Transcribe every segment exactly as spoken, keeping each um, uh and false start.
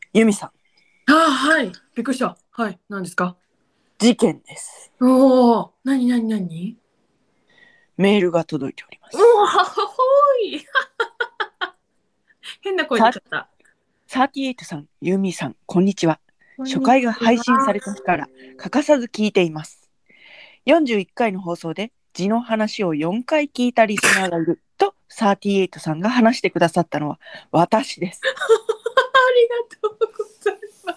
ユミさん、 ああ、はい。びっくりした。はい。何ですか？ 事件です。 おお、何何何？ メールが届いておりまおお、 す。 はほーい。変な声出さ、 ちゃった。 サーティエイトさん、ユミさん、こんにちは。 こんにち初回が配信さは。 れた日から欠かさず聞いています。よんじゅういっかいの放送で字の話をよんかい聞いたリスナーがいるとサーティエイトさんが話してくださったのは私です。 ありがとうございます。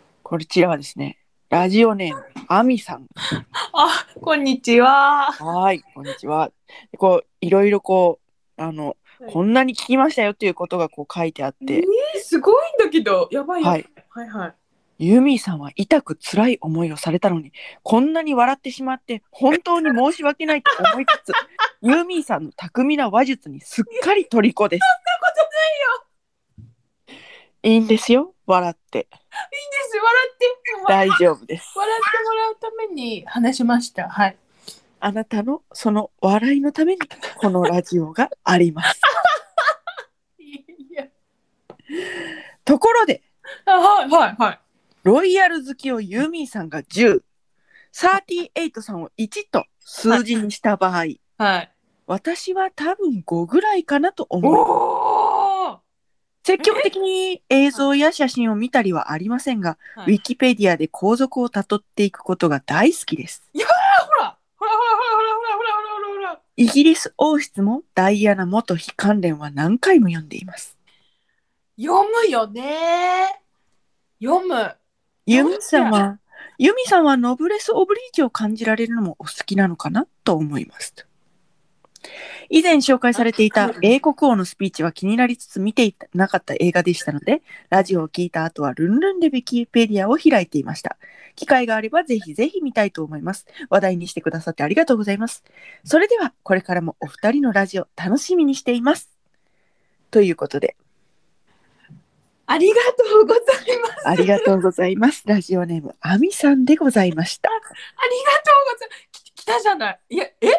こちらはですね、ラジオネーム、アミさん。 あ、こんにちは。 はい、こんにちは。でこう、いろいろこう、あの、 はい。 こんなに聞きましたよっていうことがこう書いてあっえて、 ー、すごいんだけど。やばいやばい。 はい。 はいはい。 ユーミーさんは痛く辛い思いをされたのに、こんなに笑ってしまって本当に申し訳ないと思いつつ、ユーミーさんの巧みな話術にすっかり虜です。 そんなことないよ。 いいんですよ、笑って。 いいんです。笑って。わ大丈夫です。 笑ってもらうために話しました。はい。 あなたのその笑いのためにこのラジオがあります。 いや。 ところで、 あ、はいはいはい。 ロイヤル好きをユーミーさんがじゅう、サーティエイトさんをいちと数字にした場合、 はい。 私は多分ごぐらいかなと思います。 おお。 積極え。 的に映像や写真を見たりはありませんが、 はい。 ウィキペディアで皇族をたどっていくことが大好きです。 いやー、ほらほらほらほらほらほらほらほらほらほら。 イギリス王室もダイアナ元妃関連は何回も読んでいます。 読むよね。読む。 ユミどうして？ さんは、ユミさんはノブレス・オブリージュを感じられるのもお好きなのかなと思います。以前紹介されていた英国王のスピーチは気になりつつ見ていなかった映画でしたので、ラジオを聞いた後はルンルンでウィキペディアを開いていました。機会があればぜひぜひ見たいと思います。話題にしてくださってありがとうございます。それではこれからもお二人のラジオ楽しみにしています。ということで、 ありがとうございます。 ありがとうございます。ラジオネームアミさんでございました。 ありがとうございます。き来たじゃない。いや、え。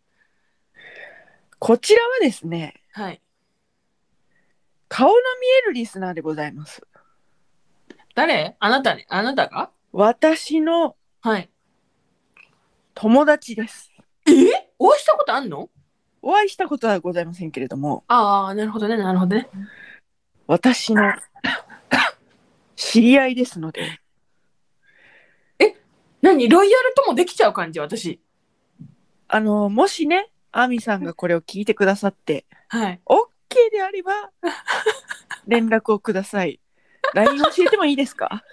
こちらはですね、 はい。 顔の見えるリスナーでございます。 誰？あなたね。あなたが？ 私のはい。 友達です。 え、お会いしたことあんの？ お会いしたことはございませんけれども、 ああー、なるほどね、なるほどね。 私の知り合いですので、 え、何ロイヤルともできちゃう感じ、私。 あの、もしね、アミさんがこれを聞いてくださって、 はい。 OK であれば連絡をください。ライン 教えてもいいですか？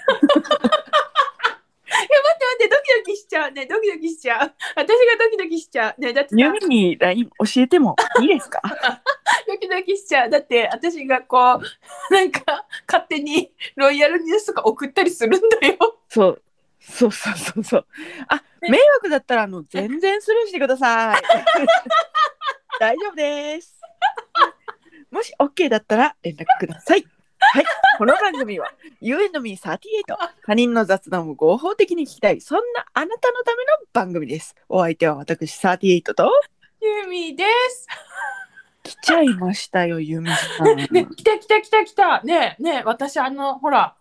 え、待って待って、ドキドキしちゃうね。ドキドキしちゃう。私がドキドキしちゃうね。だってさ、 ユミに ライン 教えてもいいですか？ ドキドキしちゃう。だって私がこう、なんか勝手にロイヤルニュースとか送ったりするんだよ。 そう。そうそうそうそう。あ、迷惑だったらあの全然スルーしてください。大丈夫です。もし OK だったら連絡ください。はい。この番組は You and meさんじゅうはち、他人の雑談を合法的に聞きたい、そんなあなたのための番組です。お相手は私さんじゅうはちとユミです。 来ちゃいましたよ、ユミさん。 ね、来た来た来た来た。ねえねえ、私あの、ほら、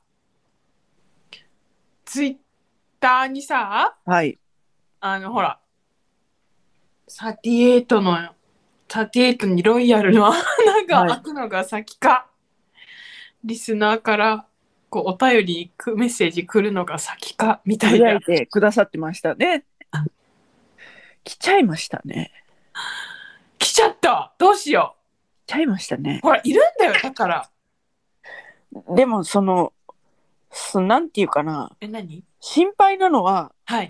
ツイッターにさ、 はい。 あの、ほら、さんじゅうはちの、さんじゅうはちにロイヤルの穴がはい。 開くのが先か、リスナーからこうお便り、メッセージ来るのが先か、みたつぶやいいな。 てくださってましたね。来ちゃいましたね。 来ちゃった。どうしよ来ちゃいましたね。 う。ほら、いるんだよ、だから。 でも、その、そなんていうかな、 え、何？ 心配なのは、 はい。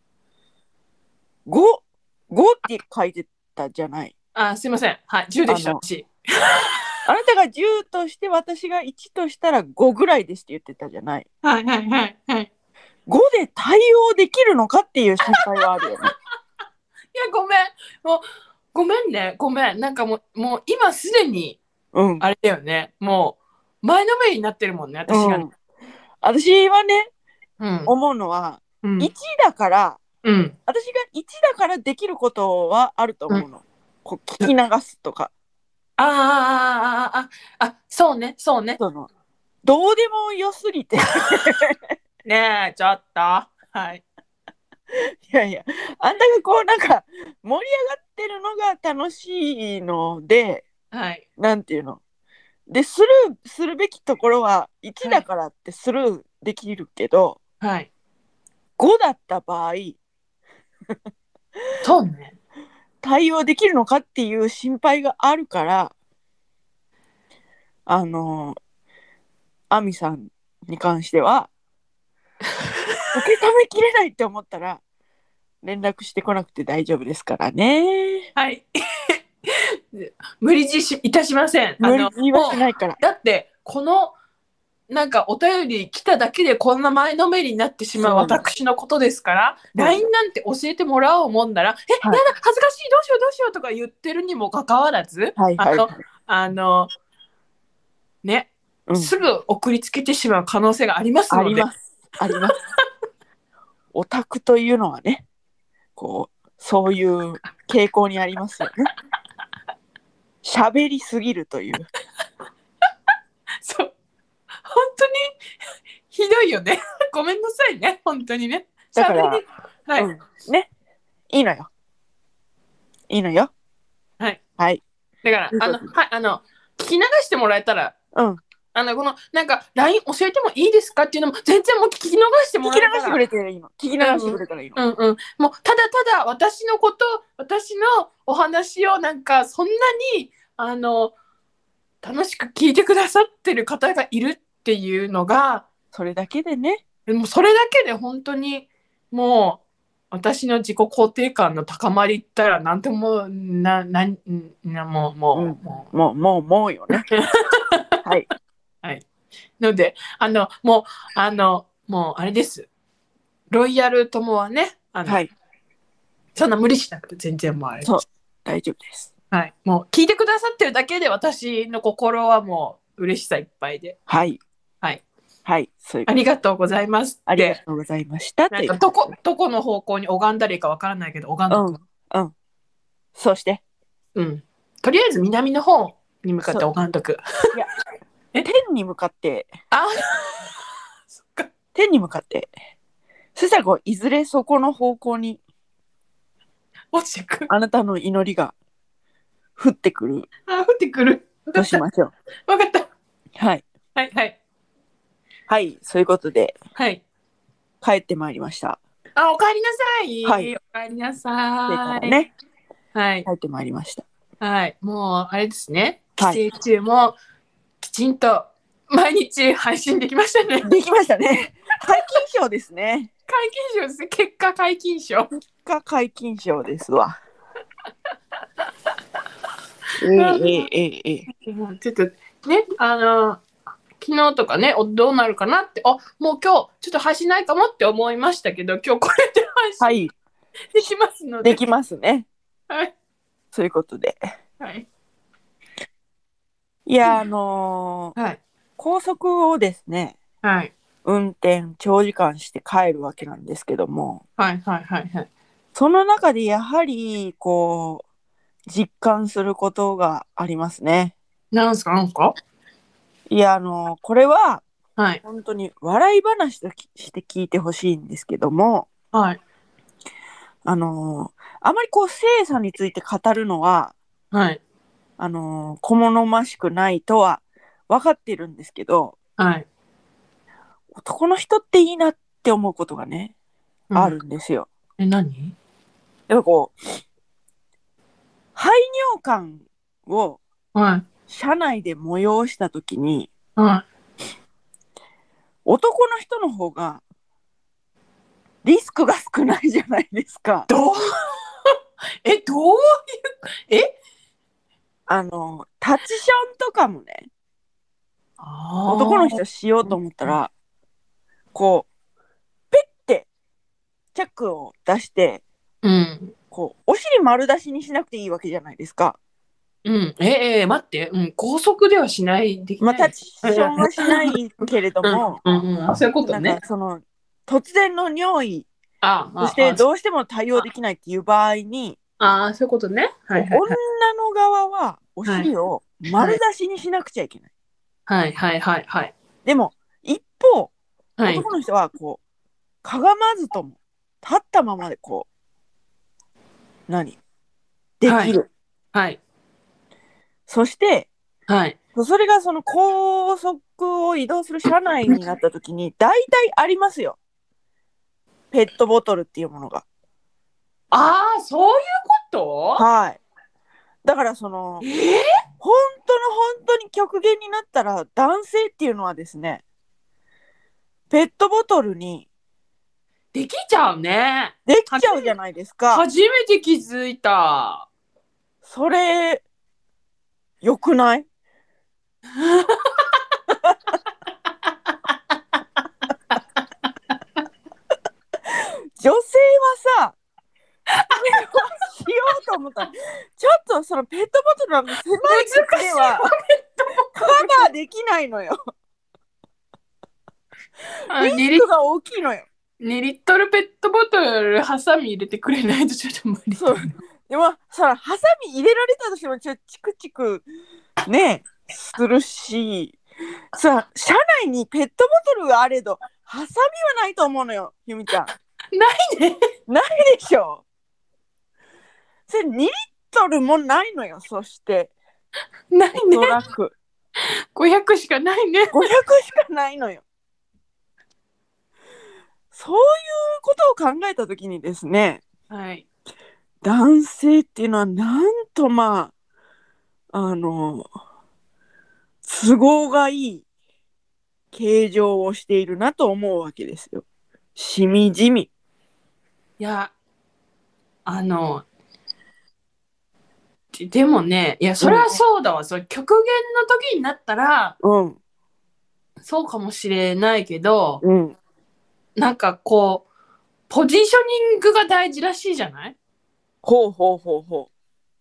ご、ごって書いてたじゃない。 あ、すいません。はい。じゅうでした、 あの、 私。 あなたがじゅうとして私がいちとしたらごぐらいですって言ってたじゃない。 はいはいはいはい。 ごで対応できるのかっていう心配はあるよね。 いや、ごめん。もう、ごめんね。ごめん。なんかもう、もう今すでに、 うん。 あれだよね。もう、前のめりになってるもんね、私がね。 うん。私はね、 うん。 思うのは、 うん。 いちだから、 うん。 私がいちだからできることはあるとうん。 思うの。こう聞き流すとか。 ああ、ああ、ああ、あ、そうね、そうね。 その、 どうでもよすぎてねえちょっとはい。 いやいや、あんたがこうなんか盛り上がってるのが楽しいので、 はい。 なんていうので、スルーするべきところはいちだからってスルーできるけど、 はい。 ごだった場合そうね。 対応できるのかっていう心配があるから、あのアミさんに関しては受け止めきれないって思ったら連絡してこなくて大丈夫ですからね。 はい。無理強いしいたしません。あの無理言いはしないから。 だってこのなんかお便り来ただけでこんな前のめりになってしまう私のことですから、ライン なんて教えてもらおうもんなら、え、 はい、 やだ恥ずかしいどうしようどうしようとか言ってるにもかかわらず、 はいはいはい、 あのあのね、うん、すぐ送りつけてしまう可能性がありますので。 ありますありますオタクというのはね、こうそういう傾向にありますよね。喋りすぎるというそう本当にひどいよねごめんなさいね本当にね。 だから、 はい、 うん、ね、いいのよいいのよはいはい。 だからあの、はい、あの聞き流してもらえたら、 うん、 あのこのなんか ライン 教えてもいいですかっていうのも全然もう聞き逃してもらえたら、 聞き流してくれてるいいの聞き流してくれたらいいの、 うんうんうん、もうただただ私のこと私のお話をなんかそんなにあの楽しく聞いてくださってる方がいるっていうのがそれだけでね、 もうそれだけで本当にもう私の自己肯定感の高まりったらなんてもうなななもうもう、うん、 もうもうもうもうよねはいはいのであのもうあのもうあれですロイヤル友はねあの、はい、そんな無理しなくて全然もうあれです。 そう大丈夫です。 はい、もう聞いてくださってるだけで私の心はもう嬉しさいっぱいで、 はいはいはい、そういうありがとうございますって。 ありがとうございましたなんかどこどこの方向に拝んだらいいかわからないけど拝んどく。 うんうん。そうして。 うん。とりあえず南の方に向かって拝んどく。 いや天に向かって。 あそっか。 天に向かって。そしたらこういずれそこの方向に落ちてくる。 あなたの祈りが降ってくる。 あ降ってくる。 としましょう。 わかった。 はいはいはいはいそういうことで、 はい、 帰ってまいりました。 あお帰りなさい。 はい、 お帰りなさい。 ね、 はい、 帰ってまいりました。 はい、もうあれですね。帰省中もきちんと毎日配信できましたね。 できましたね。皆勤賞ですね。 皆勤賞ですね。結果皆勤賞。 結果皆勤賞ですわ。えー、えー、えー、えー、ちょっとねあの昨日とかねどうなるかなってあもう今日ちょっと配信ないかもって思いましたけど今日これで配信できますので、 できますね。 はい。 そういうことで。 はい。 いやあのーはい、 高速をですね、 はい、 運転長時間して帰るわけなんですけども、 はいはいはいはい。 その中でやはりこう実感することがありますね。 なんすかなんすか。 いやあのー、これは、 はい、 本当に笑い話として聞いてほしいんですけども、 はい、 あのー、あまりこう性差について語るのは、 はい、 あのー、小物ましくないとは分かってるんですけど、 はい、 男の人っていいなって思うことがね、うん、あるんですよ。 え何？ やっぱこう排尿感を車内で催したときに、 はい、 男の人の方がリスクが少ないじゃないですか。 どうえどういうえあのタッチションとかもね、男の人しようと思ったらこうペッてチャックを出して、 うん、 こうお尻丸出しにしなくていいわけじゃないですか。 うん、ええー、待って、うん、高速ではしないできない。 まあ、タッチションはしないけれども、 うんうんうん、そういうことね。 なんかその突然の尿意、 ああ、 そしてどうしても対応できないっていう場合に、 ああ、そういうことね。はいはいはい、 女の側はお尻を丸出しにしなくちゃいけない。 はいはいはいはい。 でも一方、 はい。 男の人はこうかがまずとも立ったままでこう何ではい。 きる。 はい。 そしてはい。 それがその高速を移動する車内になった時に大体ありますよ、ペットボトルっていうものが。 ああ、そういうこと？ はい。だからそのえー、 本当の本当に極限になったら男性っていうのはですね、ペットボトルにできちゃうね。 できち初めゃうじゃないですか。 初めて気づいた。 それよくない？女性はさ、それをしようと思ったらちょっとそのペットボトルの狭い口ではカバーできないのよ。 あ、 リ 2リ、 スクが大きいのよ。 にリットルペットボトルハサミ入れてくれないとちょっと無理そうだな。 でもさ、ハサミ入れられたとしてもちょっとチクチクねするしさ、車内にペットボトルがあれどハサミはないと思うのよ、ゆみちゃん。 ないね。 ないでしょ。それにリットルもないのよ。そしてないね。 おそらくごひゃくしかないね。 ごひゃくしかないのよ。そういうことを考えたときにですね、 はい。 男性っていうのはなんとまああの都合がいい形状をしているなと思うわけですよ。しみじみ。 いや、あの、ででもね、いや、それはそうだわ。それ極限の時になったら、 うんそうかもしれないけど、 うんなんかこう、ポジショニングが大事らしいじゃない？ ほうほうほうほ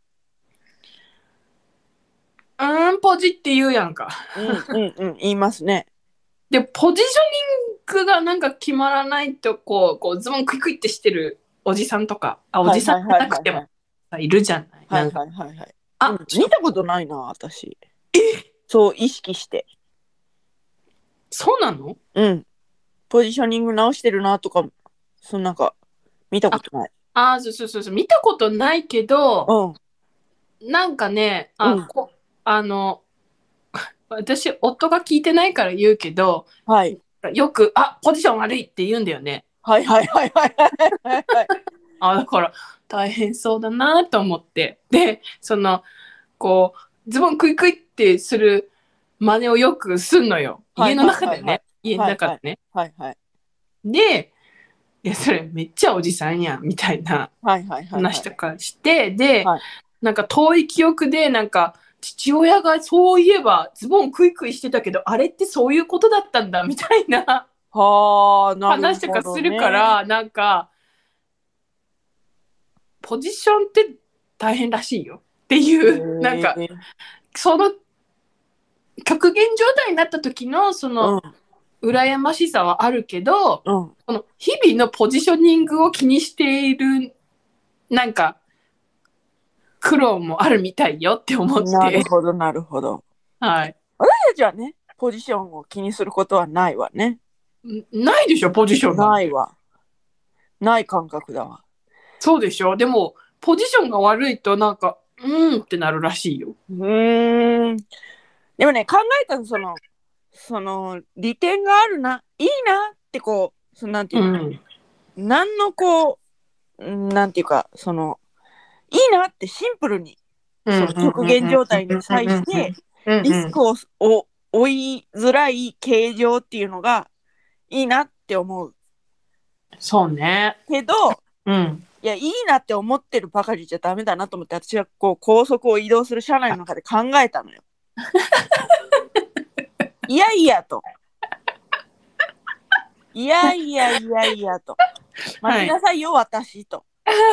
うーん、ポジって言うやんか。 う。うんうんうん言いますね。 で、ポジショニングがなんか決まらないと、こう、こうズボンクイクイってしてるおじさんとか、あ、おじさんじゃなくてもいるじゃない。なんか、 はいはいはいはい。うんあ、 見たことないな私。そう意識して。 そうなの？ うん。ポジショニング直してるなとか、そのなんか見たことない。 あ、そうそうそうそう、見たことないけど、 うんなんかね、あ、 うんこ、あの、私、夫が聞いてないから言うけど、 はいよく、あ、ポジション悪いって言うんだよね。 はいはいはいはいはいはい。 あ、だから大変そうだなと思って。で、その、こう、ズボンクイクイってする真似をよくすんのよ。家の中でね。家の中でね。 はいはいで、いや、それめっちゃおじさんやん、みたいなはいはいはい話とかして、で、 はいなんか遠い記憶で、なんか、父親がそういえばズボンクイクイしてたけど、あれってそういうことだったんだ、みたいなはあ、なる話とほどかするかね。 ら、なんか、ポジションって大変らしいよっていう、なんか、 えーその極限状態になった時のそのうん羨ましさはあるけど、 うんこの日々のポジショニングを気にしているなんか苦労もあるみたいよって思っなるて、 ほどなるほど。 はい。 私たちはね、ポジションを気にすることはないわね。 んないでしょ、ポジションなんて。 ないわ。ない感覚だわ。 そうでしょ。でもポジションが悪いとなんかうーんってなるらしいよ。 うーん。でもね、考えたの、その、その、利点があるな、いいなってこう、そのなんていうの、 うん。 何のこう、うんなんていうか、その、いいなってシンプルに、その極限状態に際して、リスクをを追いづらい形状っていうのがいいなって思うそうね。 けど、 うん。 いや、いいなって思ってるばかりじゃダメだなと思って、私はこう高速を移動する車内の中で考えたのよ。いやいやと。いやいやいやいやと。待ちなさいよ、はい、私と。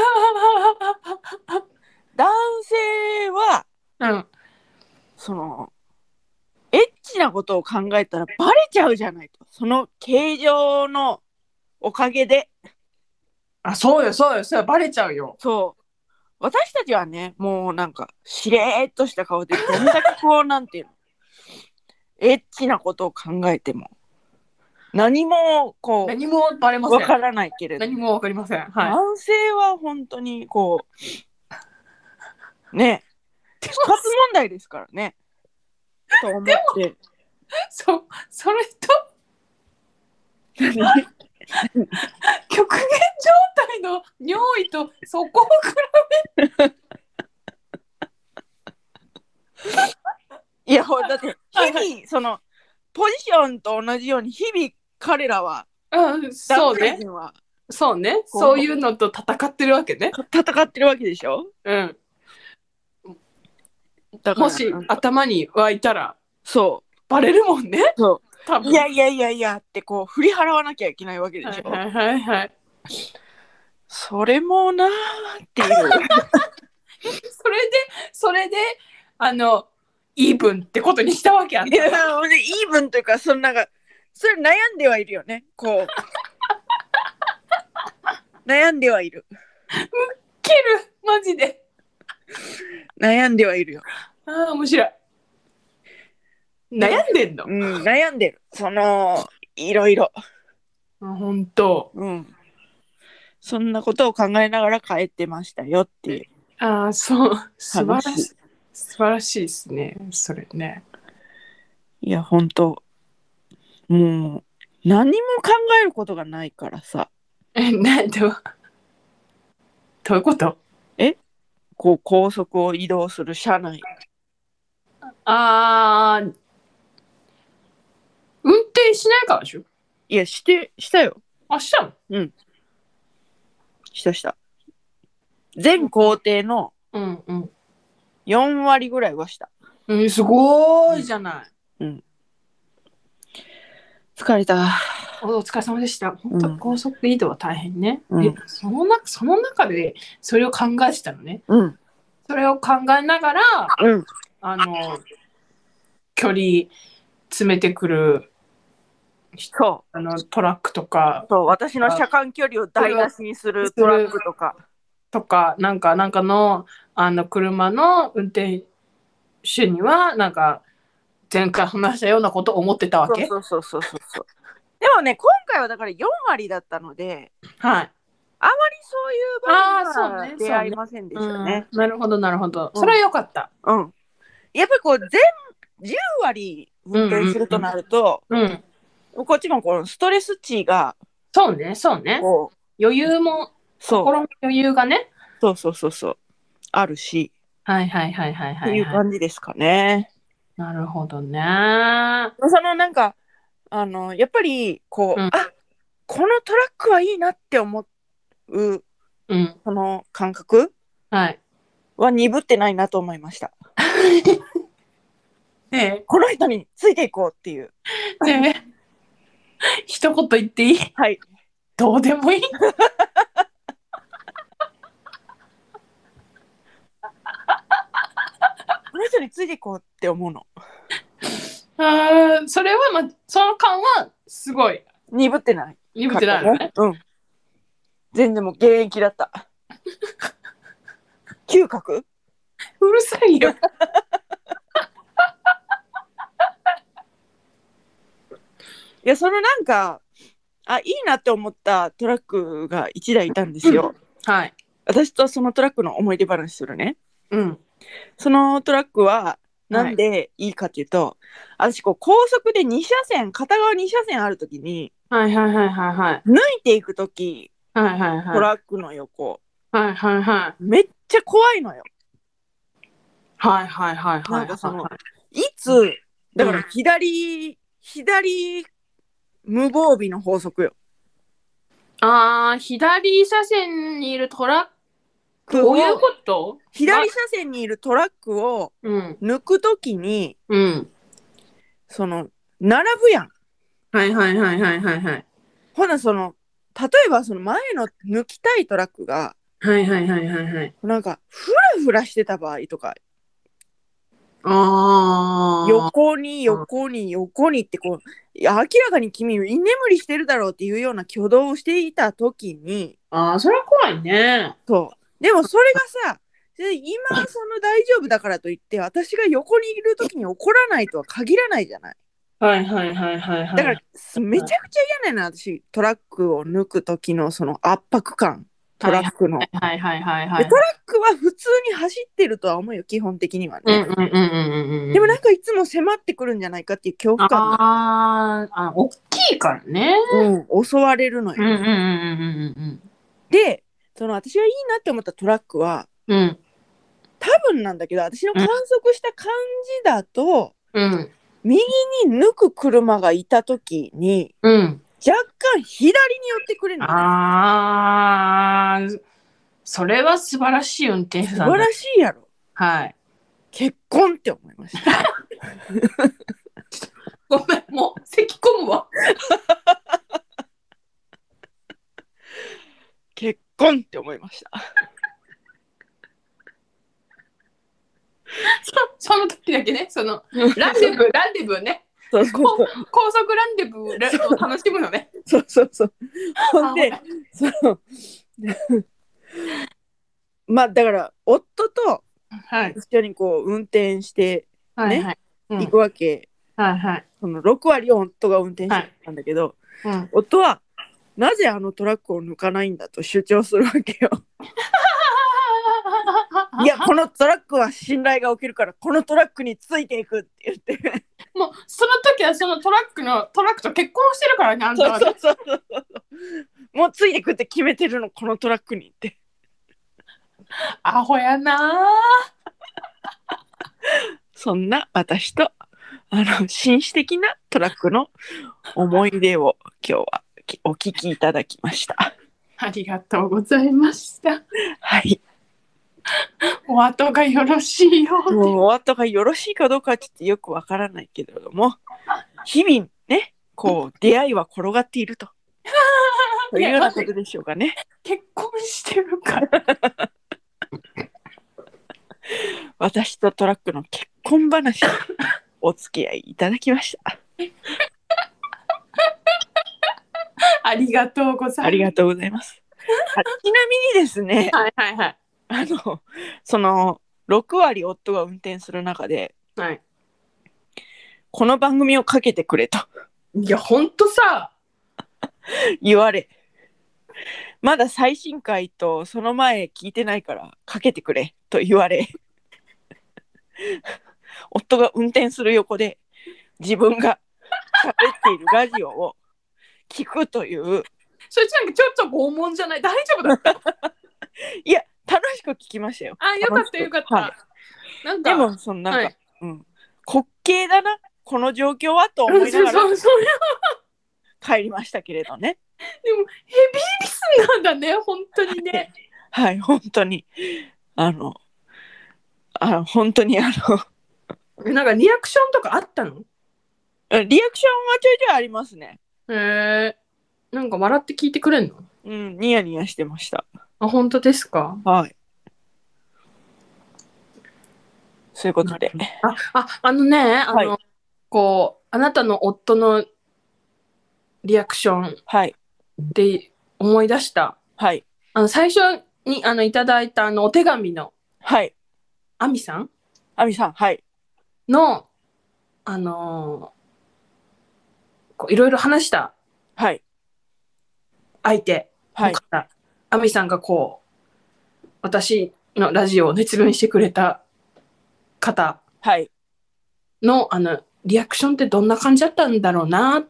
男性は、 うん、 その、エッチなことを考えたらバレちゃうじゃないと。その形状のおかげで。 あ、そうよ、そうよ、それバレちゃうよ。 そう。私たちはね、もうなんか、しれーっとした顔で、どんだけこう、なんていうの。 エッチなことを考えても何もこう何もバレません。 わからないけれど、 何もわかりません。はい。 男性は本当にこうね死活問題ですからねと思って。 そそれと何極限状態の尿意とそこを比いやだってはい日々そのポジションと同じように日々彼らはべ、うん、そう男性ね。 陣はそうね。 こうそういうのと戦ってるわけね。 戦ってるわけでしょ。 うん。 だからもし頭に湧いたらそバレるもんね。 うそ多分。 ういやいやいやいやってこう振り払わなきゃいけないわけでしょ、 はいはいはいはい。 それもなーっていうそれでそれであのイーブンってことにしたわけあんいやたは。 イーブンというかそのなんかそれ悩んではいるよねこう悩んではいる切るマジで。 悩んではいるよ。 ああ面白い。悩んでんの。 うん、悩んでるそのいろいろ、 あ本当。 うん、そんなことを考えながら帰ってましたよっていうああそう素晴らしい話。 素晴らしいですねそれね。 いや本当もう何も考えることがないからさ。 えなどうどういうこと。 えこう高速を移動する車内。 あー運転しないからでしょ。 いやしてしたよ。 あしたの。 うんしたした。全工程のうんうんよん割ぐらいはした。 うん、すごいじゃない。 うん疲れた。 お疲れ様でした。本当、 うん高速移動は大変ね。 うんえその中その中でそれを考えてたのね。 うんそれを考えながらうんあの距離詰めてくるそうあのトラックとかそう私の車間距離を台無しにするトラックとかとかなんかなんかのあの車の運転手にはなんか前回話したようなことを思ってたわけ。 そうそうそうそうそうでもね今回はだからよん割だったのではい。 あまりそういう場ああ面そうね。 は出会いませんでしたね。 うん、なるほどなるほど。 うんそれは良かった。 うんやっぱりこう全じゅう割運転するとなると、 うん。 こっちもこのストレス値がそうねそうね。 こう余裕もそう心の余裕がね。 そうそうそうそうあるしはいはいはいはいはい、 っていうはい。 感じですかね。 なるほどね。 そのなんかあのやっぱりこう、 うんあこのトラックはいいなって思ううん。 その感覚はい。 は鈍ってないなと思いました。 ねえこの人についていこうっていう。 ねえ一言言っていい？ はい。 どうでもいい。 この人についていこうって思うの。 あーそれはまあその感はすごい鈍ってない。 鈍ってないのね。 うん。全然もう現役だった。嗅覚？ うるさいよ。 いやそのなんかあいいなって思ったトラックがいちだいいたんですよ。 はい。 私とそのトラックの思い出話するね。 うん。 そのトラックはなんでいいかっていうと、はい、私こう高速でに車線片側に車線あるときにはいはいはいはいはい抜いていくとき、 はいはいはいトラックの横はいはいはいめっちゃ怖いのよ。 はいはいはいはい。 なんかそのいつだから左、うん、左無防備の法則よ。 あー左車線にいるトラックどういうこと？ 左車線にいるトラックを抜くときに、 うん、 その並ぶやん。 はいはいはいはいはいはい。 ほなその例えばその前の抜きたいトラックがはいはいはいはいはいなんかフラフラしてた場合とか、 あ横に横に横にってこう明らかに君居眠りしてるだろうっていうような挙動をしていたときに、 ああそれは怖いね。 そうでもそれがさ今その大丈夫だからといって私が横にいるときに怒らないとは限らないじゃない。 はいはいはいはいはい。 だからめちゃくちゃ嫌なの私トラックを抜く時のその圧迫感トラックの、 はいはいはいはいはい。 でトラックは普通に走ってるとは思うよ基本的にはね、 うんうんうんうんうんうん。 でもなんかいつも迫ってくるんじゃないかっていう恐怖感が、 あーあ、大きいからね。 うん、襲われるのよ、 うんうんうんうんうんでその私がいいなって思ったトラックはうん。うん多分なんだけど私の観測した感じだと、 うん右に抜く車がいた時にうん。 若干左に寄ってくれるの。 ああ、それは素晴らしい運転手さんだ。 素晴らしいやろ。 はい。 結婚って思いました。 ごめん、もう咳込むわ。 結婚って思いました。 そ, その時だけね、そのランデブー、ランデブーね。 そうそうそう。 高速ランデブーを楽しむのね。 そうそうそう。ほんで、その、まあだから夫と一緒にこう運転してね、はいはいうん、行くわけ。はいはい。そのろく割を夫が運転してたんだけど、はいうん、夫はなぜあのトラックを抜かないんだと主張するわけよ。いやこのトラックは信頼が起きるからこのトラックについていくって言ってもうその時はそのトラックのトラックと結婚してるからねあんたはね。そうそうそうそうもうついていくって決めてるのこのトラックにってアホやなそんな私とあの紳士的なトラックの思い出を今日はお聞きいただきました。 ありがとうございました。 はい。 お後がよろしいようで。 もうお後がよろしいかどうかちょっとよくわからないけれども、日々ね、こう出会いは転がっていると。というようなことでしょうかね。 結婚してるから。 私とトラックの結婚話お付き合いいただきました。 ありがとうございます。 ありがとうございます。ちなみにですね。 はいはいはい。 あのそのろく割夫が運転する中で、 はい、 この番組をかけてくれと。 いやほんとさ言われ。まだ最新回とその前聞いてないからかけてくれと言われ夫が運転する横で自分が喋っているラジオを聞くという。 それなんかちょっと拷問じゃない？大丈夫だった？ いや楽しく聞きましたよ。 あ、よかったよかった、はい、なんかでもそのなんか、はいうん、滑稽だなこの状況はと思いながら帰りましたけれどね。 でもヘビーリスナーだね本当にね。 はい、本当にあのあ本当にあのなんかリアクションとかあったの？リアクションはちょいちょいありますね。 へえー、なんか笑って聞いてくれんの？ うん、ニヤニヤしてました。 あ、本当ですか？ はい。そういうことで。 あ、あ、あのね、あの、はい、こう、あなたの夫のリアクションで思い出した。 はい。 あの、最初にあのいただいたあのお手紙の、 はい。 アミさんアミさん、はい。 の、あのー、こういろいろ話した。 はい。 相手の方、はい、アミさんがこう、私のラジオを熱弁してくれた方の、はい、あのリアクションってどんな感じだったんだろうなって。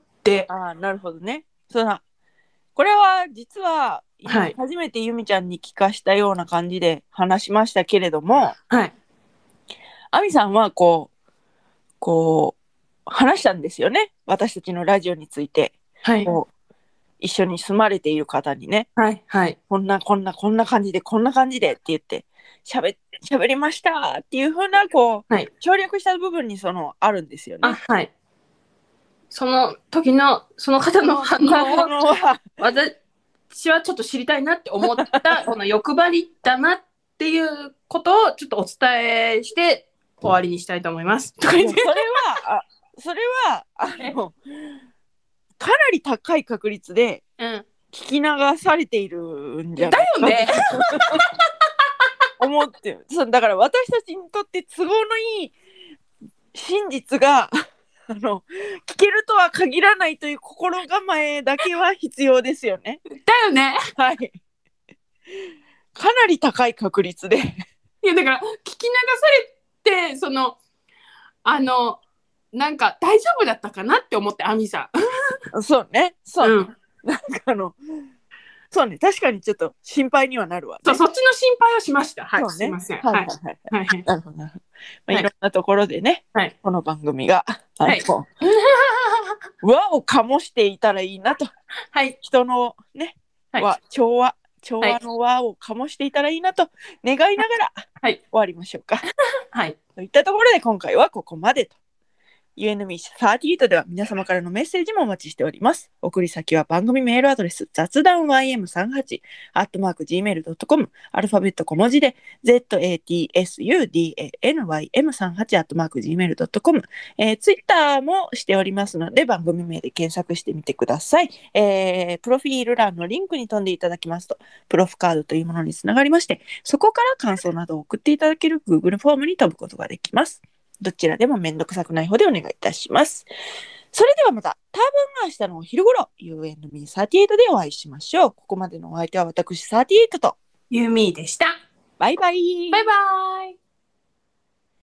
ああ、なるほどね。そうだ。これは実は、はい、初めてゆみちゃんに聞かしたような感じで話しましたけれども、 はい、 アミさんはこうこう話したんですよね、私たちのラジオについて。 はい、 こう一緒に住まれている方にね、 はいはい、 こんなこんなこんな感じでこんな感じでって言ってしゃべしゃべりましたっていう風なこう、はい、省略した部分にそのあるんですよね。 あ、はい。その時のその方の反応は私はちょっと知りたいなって思ったこの欲張りだなっていうことをちょっとお伝えして終わりにしたいと思います。 それはあそれはあのかなり高い確率で聞き流されているんじゃないか、 うん、だよね思ってる。そうだから私たちにとって都合のいい真実があの聞けるとは限らないという心構えだけは必要ですよね。 だよね。 はい。かなり高い確率で。いやだから聞き流されてそのあのなんか大丈夫だったかなって思ってアミさん。そうね。そう、 うん、 なんかあのそうね、確かにちょっと心配にはなるわ、ね。 そう、そっちの心配をしました。はい、 ね、 すいません。 はいはいはいはいはい。 なるほどなるほど。まあ、いろんなところでね、 はい、 この番組が、 はい、 和を醸していたらいいなと、 はい、 人のね、 はい、 和調和調和の和を醸していたらいいなと願いながら、はい、終わりましょうか。 はい。 といったところで今回はここまでと。ユーエヌミーサーティエイト では皆様からのメッセージもお待ちしております。送り先は番組メールアドレス雑談 ワイエムさんじゅうはち アットマーク ジーメールドットコム アルファベット小文字で ザタスダン ワイエムさんじゅうはち アットマーク ジーメールドットコム、えー、ツイッターもしておりますので番組名で検索してみてください。えー、プロフィール欄のリンクに飛んでいただきますとプロフカードというものにつながりまして、そこから感想などを送っていただける Google フォームに飛ぶことができます。どちらでもめんどくさくない方でお願いいたします。それではまた、多分明日のお昼頃、ユーエヌミーサーティエイト でお会いしましょう。ここまでのお相手は私サーティエイトとユーミーでした。 バイバイ。 バイバイ。